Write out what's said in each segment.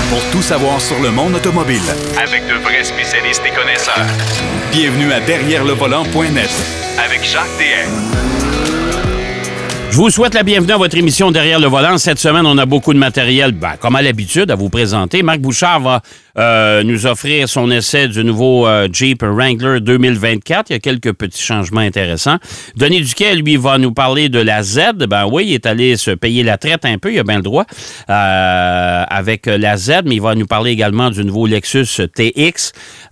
pour tout savoir sur le monde automobile. Avec de vrais spécialistes et connaisseurs. Bienvenue à DerrièreLeVolant.net avec Jacques DM. Je vous souhaite la bienvenue à votre émission Derrière le volant. Cette semaine, on a beaucoup de matériel, comme à l'habitude, à vous présenter. Marc Bouchard va nous offrir son essai du nouveau Jeep Wrangler 2024. Il y a quelques petits changements intéressants. Denis Duquet, lui, va nous parler de la Z. Ben oui, il est allé se payer la traite un peu, il a bien le droit, avec la Z, mais il va nous parler également du nouveau Lexus TX.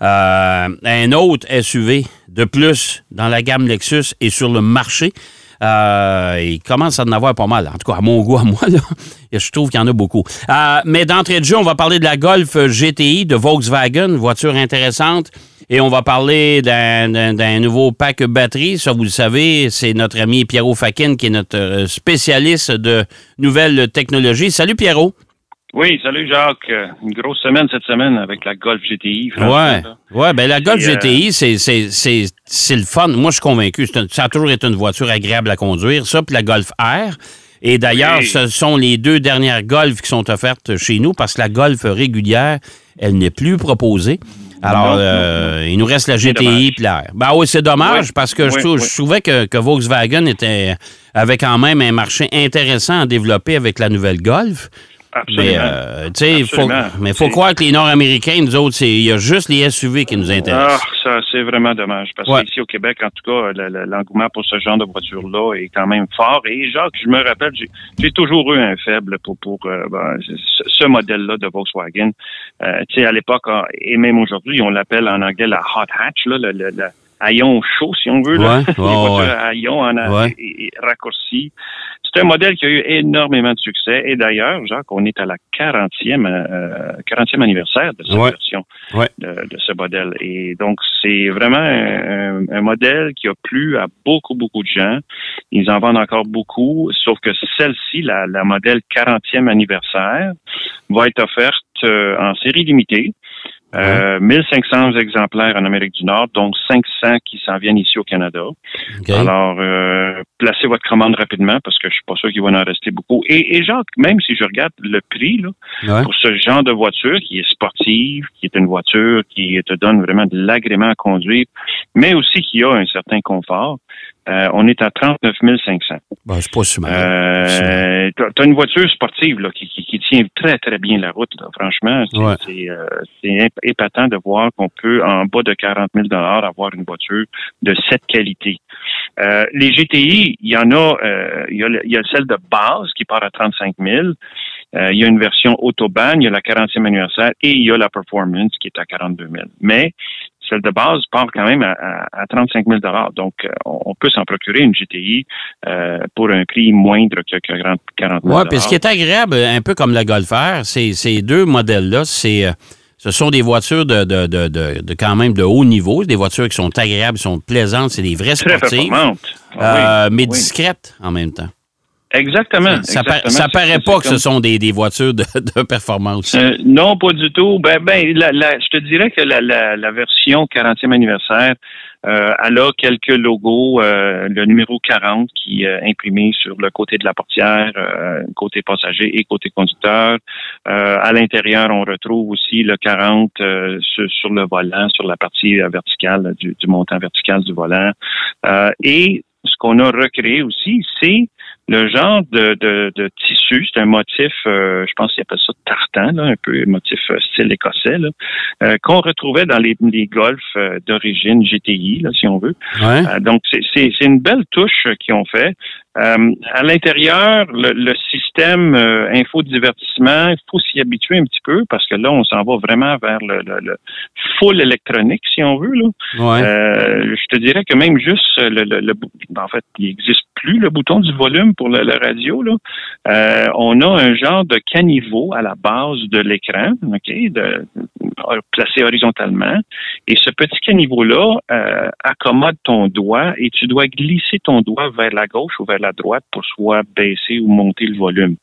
Un autre SUV de plus dans la gamme Lexus et sur le marché. Il commence à en avoir pas mal. En tout cas, à mon goût, à moi, là, je trouve qu'il y en a beaucoup. Mais d'entrée de jeu, on va parler de la Golf GTI de Volkswagen, voiture intéressante. Et on va parler d'un nouveau pack batterie. Ça, vous le savez, c'est notre ami Pierrot Fakin qui est notre spécialiste de nouvelles technologies. Salut, Pierrot. Oui, salut Jacques. Une grosse semaine cette semaine avec la Golf GTI. Ouais, ben la Golf GTI, c'est le fun. Moi, je suis convaincu. Ça a toujours été une voiture agréable à conduire, ça, puis la Golf R. Et d'ailleurs, ce sont les deux dernières Golf qui sont offertes chez nous parce que la Golf régulière, elle n'est plus proposée. Alors, il nous reste la GTI puis la R. Ben oui, c'est dommage parce que je trouvais que Volkswagen avait quand même un marché intéressant à développer avec la nouvelle Golf. Absolument. Mais il faut croire que les Nord-Américains, nous autres, il y a juste les SUV qui nous intéressent. Ça, c'est vraiment dommage. Parce qu'ici, au Québec, en tout cas, l'engouement pour ce genre de voiture-là est quand même fort. Et Jacques, je me rappelle, j'ai toujours eu un faible pour ce modèle-là de Volkswagen. Tu sais, à l'époque, et même aujourd'hui, on l'appelle en anglais la hot hatch, là, le haillon chaud, si on veut. Là. Les voitures à haillons raccourcis. C'est un modèle qui a eu énormément de succès. Et d'ailleurs, Jacques, on est à la 40e anniversaire de cette version de ce modèle. Et donc, c'est vraiment un modèle qui a plu à beaucoup, beaucoup de gens. Ils en vendent encore beaucoup, sauf que celle-ci, la modèle 40e anniversaire, va être offerte en série limitée. 1500 exemplaires en Amérique du Nord, donc 500 qui s'en viennent ici au Canada. Okay. Alors, placez votre commande rapidement parce que je suis pas sûr qu'il va en rester beaucoup. Et Jacques, même si je regarde le prix pour ce genre de voiture qui est sportive, qui est une voiture qui te donne vraiment de l'agrément à conduire, mais aussi qui a un certain confort, on est à 39 500. Ben, c'est pas si mal. T'as une voiture sportive là, qui tient très, très bien la route. Là. Franchement, c'est épatant de voir qu'on peut, en bas de 40 000 avoir une voiture de cette qualité. Les GTI, il y en a, il y a celle de base qui part à 35 000. Il y a une version Autobahn, il y a la 40e anniversaire et il y a la Performance qui est à 42 000. Mais celle de base part quand même à 35 000 $. Donc, on peut s'en procurer une GTI pour un prix moindre que 40 000 $. Oui, puis ce qui est agréable, un peu comme la Golf R, ces deux modèles-là, ce sont des voitures de quand même de haut niveau, des voitures qui sont agréables, qui sont plaisantes, c'est des vraies sportives, mais discrètes en même temps. Exactement. Ça paraît pas que ce sont des voitures de performance. Non, pas du tout. Je te dirais que la version 40e anniversaire, elle a quelques logos, le numéro 40 qui est imprimé sur le côté de la portière, côté passager et côté conducteur. À l'intérieur, on retrouve aussi le 40 sur le volant, sur la partie verticale du montant vertical du volant. Et ce qu'on a recréé aussi, c'est le genre de tissu, c'est un motif, je pense qu'il appelle ça tartan, là, un peu motif style écossais, là, qu'on retrouvait dans les Golf d'origine GTI, là, si on veut. Donc, c'est une belle touche qu'ils ont fait. À l'intérieur, le système infodivertissement, il faut s'y habituer un petit peu parce que là, on s'en va vraiment vers le full électronique, si on veut. Là. Je te dirais que même juste en fait, il n'existe plus le bouton du volume pour le radio. Là. On a un genre de caniveau à la base de l'écran, placé horizontalement. Et ce petit caniveau-là accommode ton doigt et tu dois glisser ton doigt vers la gauche ou vers la droite pour soit baisser ou monter le volume.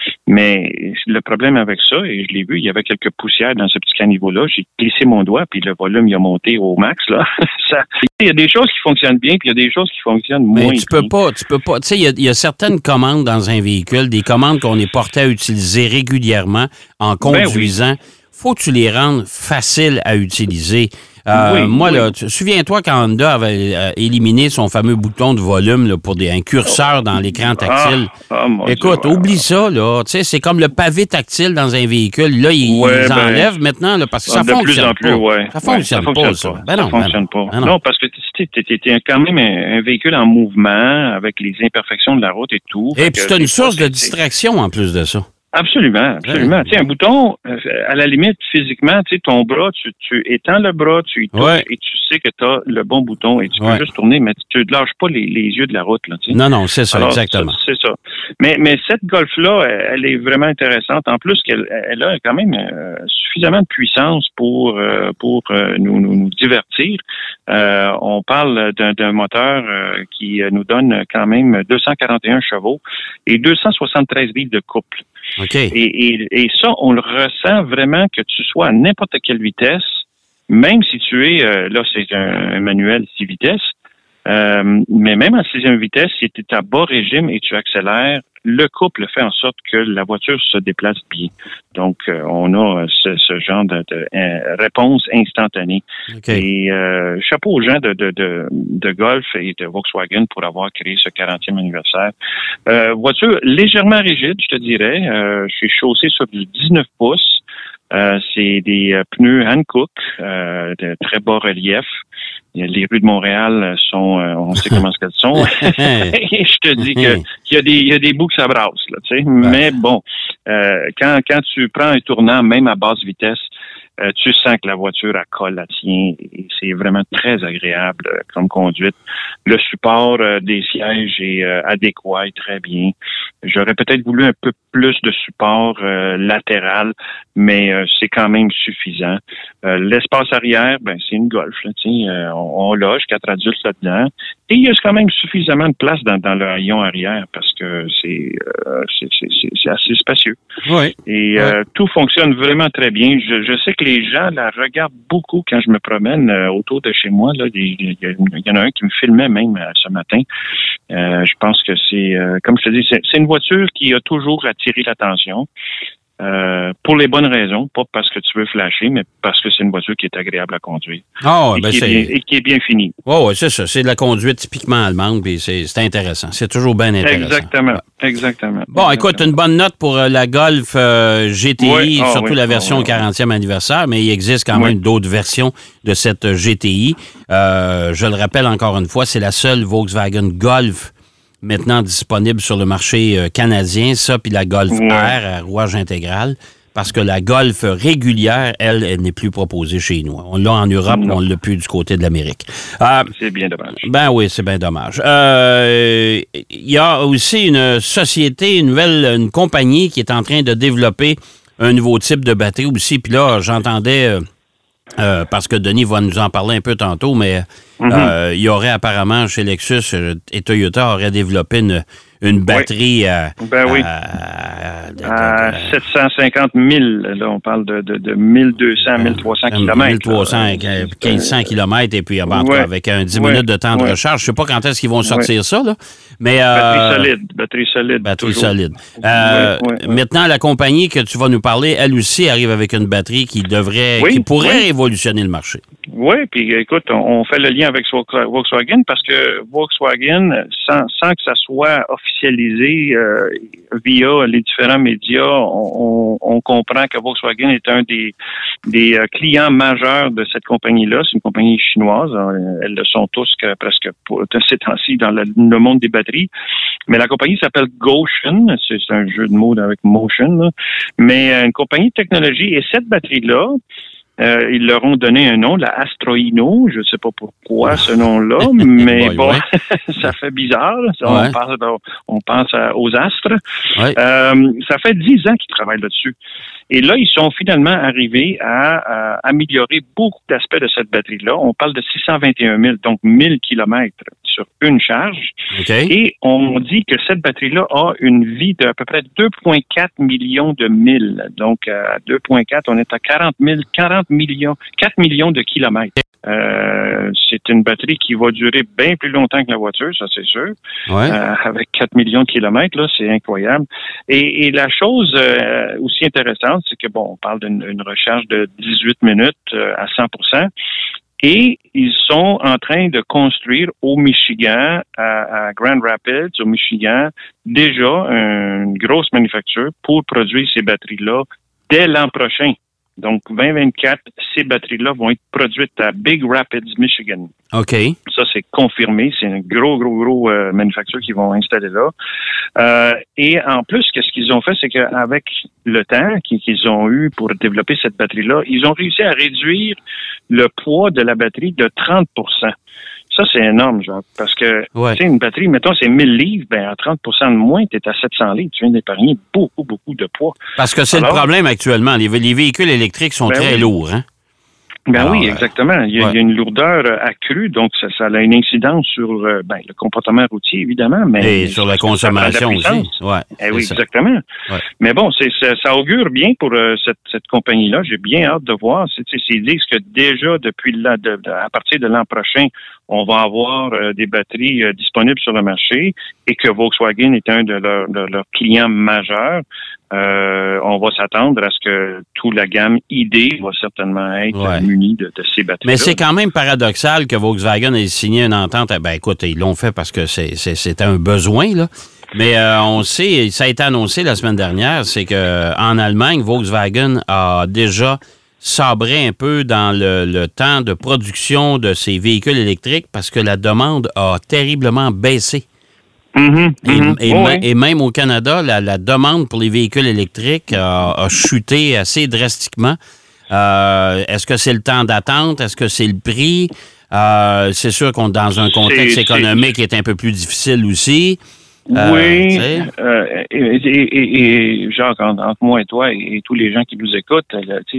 Mais le problème avec ça, et je l'ai vu, il y avait quelques poussières dans ce petit caniveau-là. J'ai glissé mon doigt, puis le volume il a monté au max. Là. Il y a des choses qui fonctionnent bien, puis il y a des choses qui fonctionnent moins bien. Mais tu peux pas. Tu sais, il y a certaines commandes dans un véhicule, des commandes qu'on est porté à utiliser régulièrement en conduisant. Faut que tu les rendes faciles à utiliser. Souviens-toi quand Honda avait éliminé son fameux bouton de volume là, pour un curseur dans l'écran tactile. Écoute, oublie ça, là. Tu sais, c'est comme le pavé tactile dans un véhicule. Là, ils enlèvent maintenant là, parce que ça fonctionne pas. Ça fonctionne pas, ça. Ça fonctionne pas. Non, parce que tu es quand même un véhicule en mouvement avec les imperfections de la route et tout. Et puis, c'est une source de distraction en plus de ça. Absolument. Tu sais, un bouton, à la limite, physiquement, tu sais, ton bras, tu étends le bras, tu y touches et tu sais que tu as le bon bouton et tu peux juste tourner, mais tu ne lâches pas les yeux de la route, là, tu sais. Non, c'est ça, alors, exactement. C'est ça. Mais cette Golf-là, elle est vraiment intéressante. En plus, elle a quand même suffisamment de puissance pour nous divertir. On parle d'un moteur qui nous donne quand même 241 chevaux et 273 livres de couple. Okay. Et ça, on le ressent vraiment que tu sois à n'importe quelle vitesse, même si tu es, là, c'est un manuel 6 vitesses, mais même à 6e vitesse, si tu es à bas régime et tu accélères, le couple fait en sorte que la voiture se déplace bien. Donc, on a ce genre de réponse instantanée. Okay. Et chapeau aux gens de Golf et de Volkswagen pour avoir créé ce 40e anniversaire. Voiture légèrement rigide, je te dirais. Je suis chaussé sur du 19 pouces. C'est des pneus Hankook de très bas relief. Les rues de Montréal sont, on sait comment qu'elles sont. Et je te dis qu'il y a des bouts que ça brasse, là, tu sais. Mais bon, quand tu prends un tournant, même à basse vitesse, tu sens que la voiture colle la tienne et c'est vraiment très agréable comme conduite. Le support des sièges est adéquat et très bien. J'aurais peut-être voulu un peu plus de support latéral, mais c'est quand même suffisant. L'espace arrière, c'est une Golf. Là, on loge 4 adultes là-dedans. Et il y a quand même suffisamment de place dans le haillon arrière parce que c'est assez spacieux. Oui. Et tout fonctionne vraiment très bien. Je sais que les gens la regardent beaucoup quand je me promène autour de chez moi. Là, il y en a un qui me filmait même ce matin. Je pense que c'est, comme je te dis, c'est une voiture qui a toujours attiré l'attention. Pour les bonnes raisons, pas parce que tu veux flasher, mais parce que c'est une voiture qui est agréable à conduire. Et qui est bien finie. Oui, c'est ça. C'est de la conduite typiquement allemande, puis c'est intéressant. C'est toujours bien intéressant. Exactement. Bon, écoute, une bonne note pour la Golf GTI, surtout la version 40e anniversaire, mais il existe quand même d'autres versions de cette GTI. Je le rappelle encore une fois, c'est la seule Volkswagen Golf maintenant disponible sur le marché canadien, ça, puis la Golf R à rouage intégral, parce que la Golf régulière, elle n'est plus proposée chez nous. On l'a en Europe, mais on ne l'a plus du côté de l'Amérique. C'est bien dommage. Ben oui, c'est bien dommage. Il y a aussi une société, une compagnie qui est en train de développer un nouveau type de batterie aussi, puis là, j'entendais... parce que Denis va nous en parler un peu tantôt, mais il y aurait apparemment chez Lexus et Toyota auraient développé une batterie à 750 000. Là, on parle de 1200, 1300 km. 1300, 1500 km et puis avec un 10 minutes de temps de recharge. Je ne sais pas quand est-ce qu'ils vont sortir ça, là. Mais, batterie solide. Maintenant, la compagnie que tu vas nous parler, elle aussi arrive avec une batterie qui pourrait révolutionner le marché. Oui, puis écoute, on fait le lien avec Volkswagen parce que Volkswagen, sans que ça soit officialisé via les différents médias, on comprend que Volkswagen est un des clients majeurs de cette compagnie-là. C'est une compagnie chinoise. Elles le sont tous presque ces temps-ci dans le monde des batteries. Mais la compagnie s'appelle Gotion. C'est un jeu de mots avec motion, là. Mais une compagnie de technologie. Et cette batterie-là, Ils leur ont donné un nom, la Astroino. Je ne sais pas pourquoi ce nom-là, mais bon, ça fait bizarre. On pense aux astres. Ouais. Ça fait 10 ans qu'ils travaillent là-dessus. Et là, ils sont finalement arrivés à améliorer beaucoup d'aspects de cette batterie-là. On parle de 621 000, donc 1000 kilomètres sur une charge. Okay. Et on dit que cette batterie-là a une vie d'à peu près 2,4 millions de milles. Donc, à 2,4, on est à 4 millions de kilomètres. C'est une batterie qui va durer bien plus longtemps que la voiture, ça c'est sûr. Ouais. Avec 4 millions de kilomètres, là, c'est incroyable. Et la chose aussi intéressante, c'est que, bon, on parle d'une recharge de 18 minutes à 100%. Et ils sont en train de construire au Michigan, à Grand Rapids, au Michigan, déjà une grosse manufacture pour produire ces batteries-là dès l'an prochain. Donc, 2024, ces batteries-là vont être produites à Big Rapids, Michigan. OK. Ça, c'est confirmé. C'est une gros manufacture qu'ils vont installer là. Et en plus, qu'est-ce qu'ils ont fait, c'est qu'avec le temps qu'ils ont eu pour développer cette batterie-là, ils ont réussi à réduire le poids de la batterie de 30 %. Ça, c'est énorme, genre, parce que, tu sais, une batterie, mettons, c'est 1000 livres, à 30 % de moins, tu es à 700 livres. Tu viens d'épargner beaucoup de poids. Parce que c'est le problème actuellement. Les véhicules électriques sont très lourds, hein? Alors, oui, exactement. Il y a une lourdeur accrue, donc ça a une incidence sur le comportement routier, évidemment. Mais et sur la consommation aussi. Oui, exactement. Ouais. Mais bon, ça augure bien pour cette compagnie-là. J'ai bien hâte de voir. S'ils disent que déjà, à partir de l'an prochain, on va avoir des batteries disponibles sur le marché et que Volkswagen est un de leurs clients majeurs. On va s'attendre à ce que toute la gamme ID va certainement être munie de ces batteries. Mais c'est quand même paradoxal que Volkswagen ait signé une entente. Écoute, ils l'ont fait parce que c'était un besoin, là. Mais on sait, ça a été annoncé la semaine dernière, c'est que en Allemagne, Volkswagen a déjà sabré un peu dans le temps de production de ces véhicules électriques parce que la demande a terriblement baissé. Et même au Canada, la demande pour les véhicules électriques a chuté assez drastiquement. Est-ce que c'est le temps d'attente? Est-ce que c'est le prix? C'est sûr qu'on est dans un contexte économique qui est un peu plus difficile aussi. Et Jacques, entre moi et toi et tous les gens qui nous écoutent,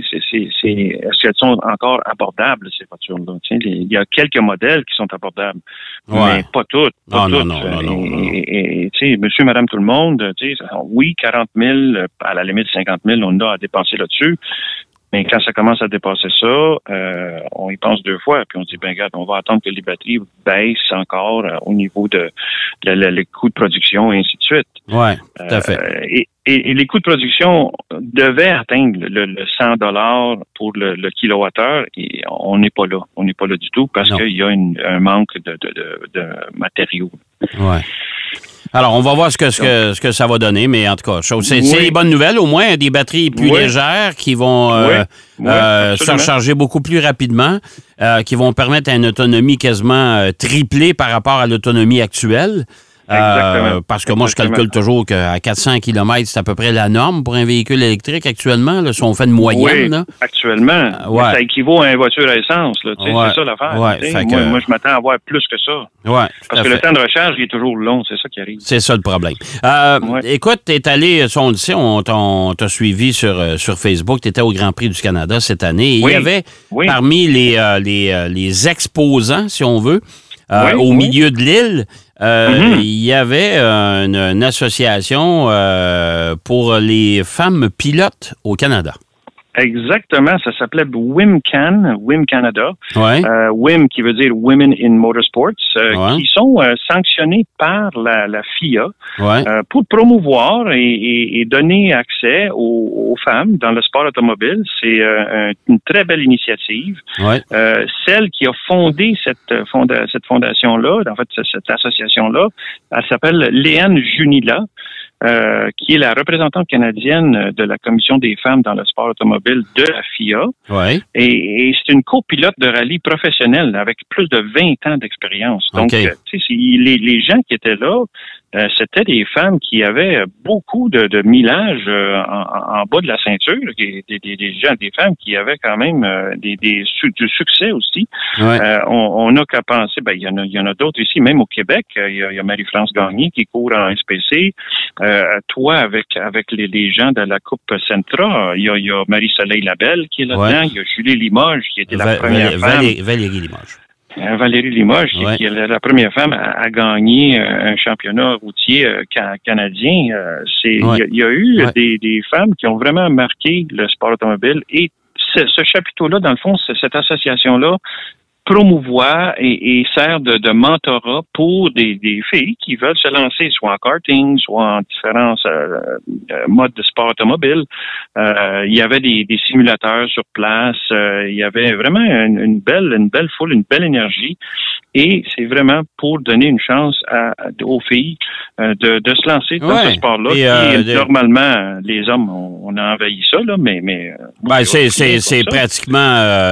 est-ce qu'elles sont encore abordables, ces voitures-là? Il y a quelques modèles qui sont abordables, mais pas toutes. Non. Et monsieur, madame, tout le monde, oui, 40 000, à la limite 50 000, on a à dépenser là-dessus. Mais quand ça commence à dépasser ça, on y pense deux fois, puis on se dit, regarde, on va attendre que les batteries baissent encore au niveau de les coûts de production et ainsi de suite. Oui, tout à fait. Et les coûts de production devaient atteindre le 100 $ pour le kilowattheure, et on n'est pas là. On n'est pas là du tout parce qu'il y a un manque de matériaux. Oui. Alors, on va voir ce que ça va donner, mais en tout cas, c'est les bonnes nouvelles. Au moins, des batteries plus légères qui vont se recharger beaucoup plus rapidement, qui vont permettre une autonomie quasiment triplée par rapport à l'autonomie actuelle. Parce que moi, je calcule toujours qu'à 400 km, c'est à peu près la norme pour un véhicule électrique actuellement, là, si on fait une moyenne. Là. Actuellement. Ça équivaut à une voiture à essence. Là, c'est ça l'affaire. Moi, je m'attends à avoir plus que ça. Parce que le temps de recharge, il est toujours long. C'est ça qui arrive. C'est ça le problème. Écoute, tu es allé, on t'a suivi sur Facebook, tu étais au Grand Prix du Canada cette année. Et il y avait parmi les exposants, si on veut, au milieu de l'île, il y avait une association pour les femmes pilotes au Canada. Exactement, ça s'appelait WIMCAN, WIM Canada. WIM qui veut dire Women in Motorsports, qui sont sanctionnés par la FIA pour promouvoir et donner accès aux femmes dans le sport automobile. C'est une très belle initiative. Celle qui a fondé cette fondation-là, en fait, cette association-là, elle s'appelle Léane Junila. Qui est la représentante canadienne de la Commission des femmes dans le sport automobile de la FIA. Et c'est une copilote de rallye professionnelle avec plus de 20 ans d'expérience. Donc, tu sais, les gens qui étaient là, c'était des femmes qui avaient beaucoup de millage en bas de la ceinture, des femmes qui avaient quand même du succès aussi. Ouais. On n'a qu'à penser, il y en a d'autres ici, même au Québec. Il y a Marie-France Gagné qui court en SPC. Toi, avec les gens de la Coupe Centra, il y a Marie-Soleil Labelle qui est là-dedans. Ouais. Il y a Julie Limoges qui était la première femme. Valérie Limoges. Valérie Limoges, qui est la première femme à gagner un championnat routier canadien. Il y a eu des femmes qui ont vraiment marqué le sport automobile et ce chapiteau-là, dans le fond, cette association-là, promouvoir et sert de mentorat pour des filles qui veulent se lancer soit en karting, soit en différents modes de sport automobile. Il y avait des simulateurs sur place. Il y avait vraiment une belle foule, une belle énergie. Et c'est vraiment pour donner une chance aux filles de se lancer dans ce sport-là. Et, normalement, les hommes, on a envahi ça, là, mais c'est pratiquement...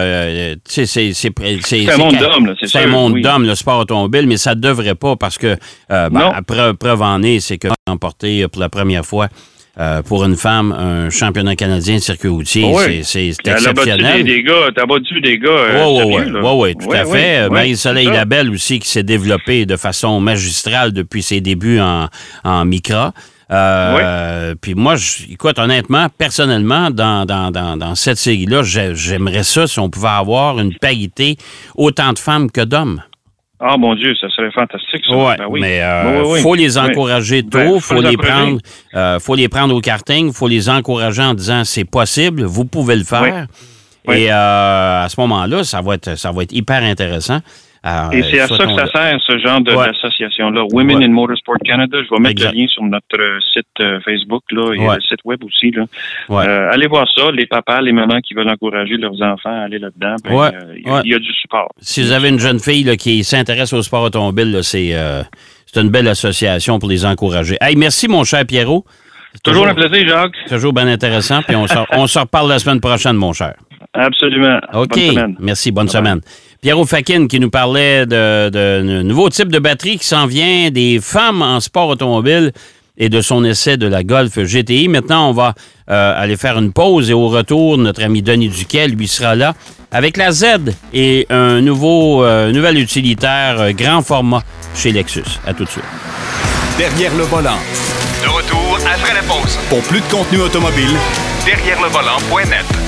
c'est un monde d'hommes, c'est un monde d'hommes, le sport automobile, mais ça ne devrait pas parce que, preuve en est, c'est que remporter pour la première fois pour une femme un championnat canadien de circuit routier, c'est exceptionnel. T'as battu des gars. Oui, tout à fait. Marie-Soleil Labelle aussi qui s'est développée de façon magistrale depuis ses débuts en Micra. Puis moi, écoute, honnêtement, personnellement, dans cette série-là, j'aimerais ça si on pouvait avoir une parité autant de femmes que d'hommes. Ah, mon Dieu, ça serait fantastique, ça. Mais faut les encourager tôt, faut les prendre au karting, faut les encourager en disant c'est possible, vous pouvez le faire. Et à ce moment-là, ça va être hyper intéressant. Et c'est à ça que ça sert, ce genre d'association-là. Women in Motorsport Canada. Je vais mettre le lien sur notre site Facebook là, et le site web aussi. Là. Allez voir ça. Les papas, les mamans qui veulent encourager leurs enfants à aller là-dedans, il y a du support. Si vous avez une jeune fille là, qui s'intéresse au sport automobile, là, c'est une belle association pour les encourager. Hey, merci, mon cher Pierrot. Toujours un plaisir, Jacques. Toujours bien intéressant. Puis on se reparle la semaine prochaine, mon cher. Absolument. OK. Bonne semaine. Merci. Bonne semaine. Pierrot Fakin qui nous parlait de nouveaux types de batteries qui s'en vient des femmes en sport automobile et de son essai de la Golf GTI. Maintenant, on va aller faire une pause et au retour, notre ami Denis Duquet, lui, sera là avec la Z et un nouvel utilitaire grand format chez Lexus. À tout de suite. Derrière le volant. De retour après la pause. Pour plus de contenu automobile, derrière le volant.net.